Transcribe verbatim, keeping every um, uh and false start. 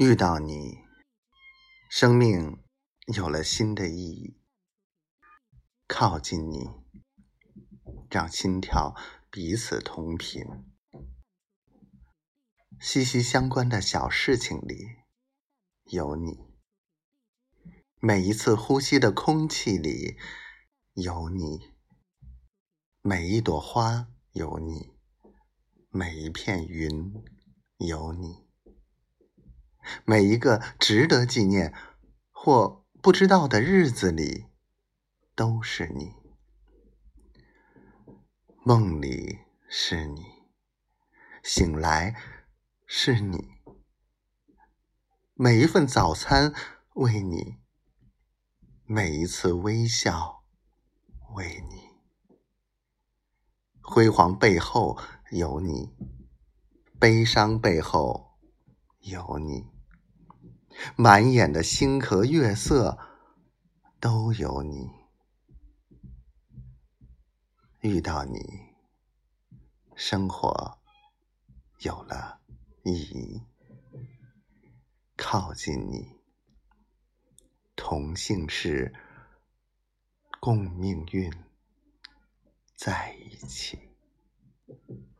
遇到你，生命有了新的意义。靠近你，让心跳彼此同频。息息相关的小事情里有你，每一次呼吸的空气里有你，每一朵花有你，每一片云有你，每一个值得纪念或不知道的日子里都是你。梦里是你，醒来是你，每一份早餐为你，每一次微笑为你。辉煌背后有你，悲伤背后有你，满眼的星河月色都有你。遇到你，生活有了意义。靠近你，同姓氏，共命运，在一起。